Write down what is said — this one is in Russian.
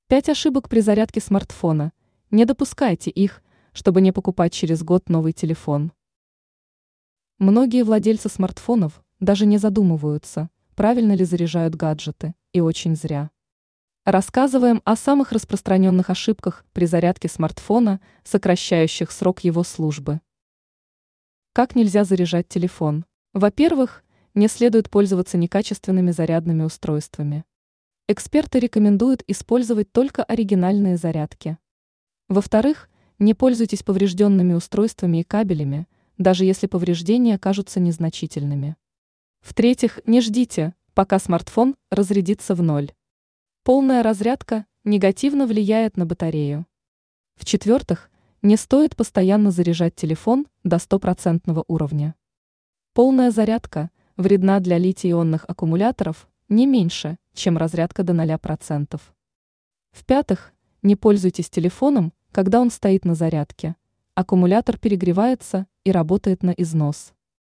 5 ошибок при зарядке смартфона. Не допускайте их, чтобы не покупать через год новый телефон. Многие владельцы смартфонов даже не задумываются, правильно ли заряжают гаджеты, и очень зря. Рассказываем о самых распространенных ошибках при зарядке смартфона, сокращающих срок его службы. Как нельзя заряжать телефон? Во-первых, не следует пользоваться некачественными зарядными устройствами. Эксперты рекомендуют использовать только оригинальные зарядки. Во-вторых, не пользуйтесь поврежденными устройствами и кабелями, даже если повреждения кажутся незначительными. В-третьих, не ждите, пока смартфон разрядится в ноль. Полная разрядка негативно влияет на батарею. В-четвертых, не стоит постоянно заряжать телефон до 100% уровня. Полная зарядка вредна для литий-ионных аккумуляторов не меньше, чем разрядка до 0%. В-пятых, не пользуйтесь телефоном, когда он стоит на зарядке. Аккумулятор перегревается и работает на износ.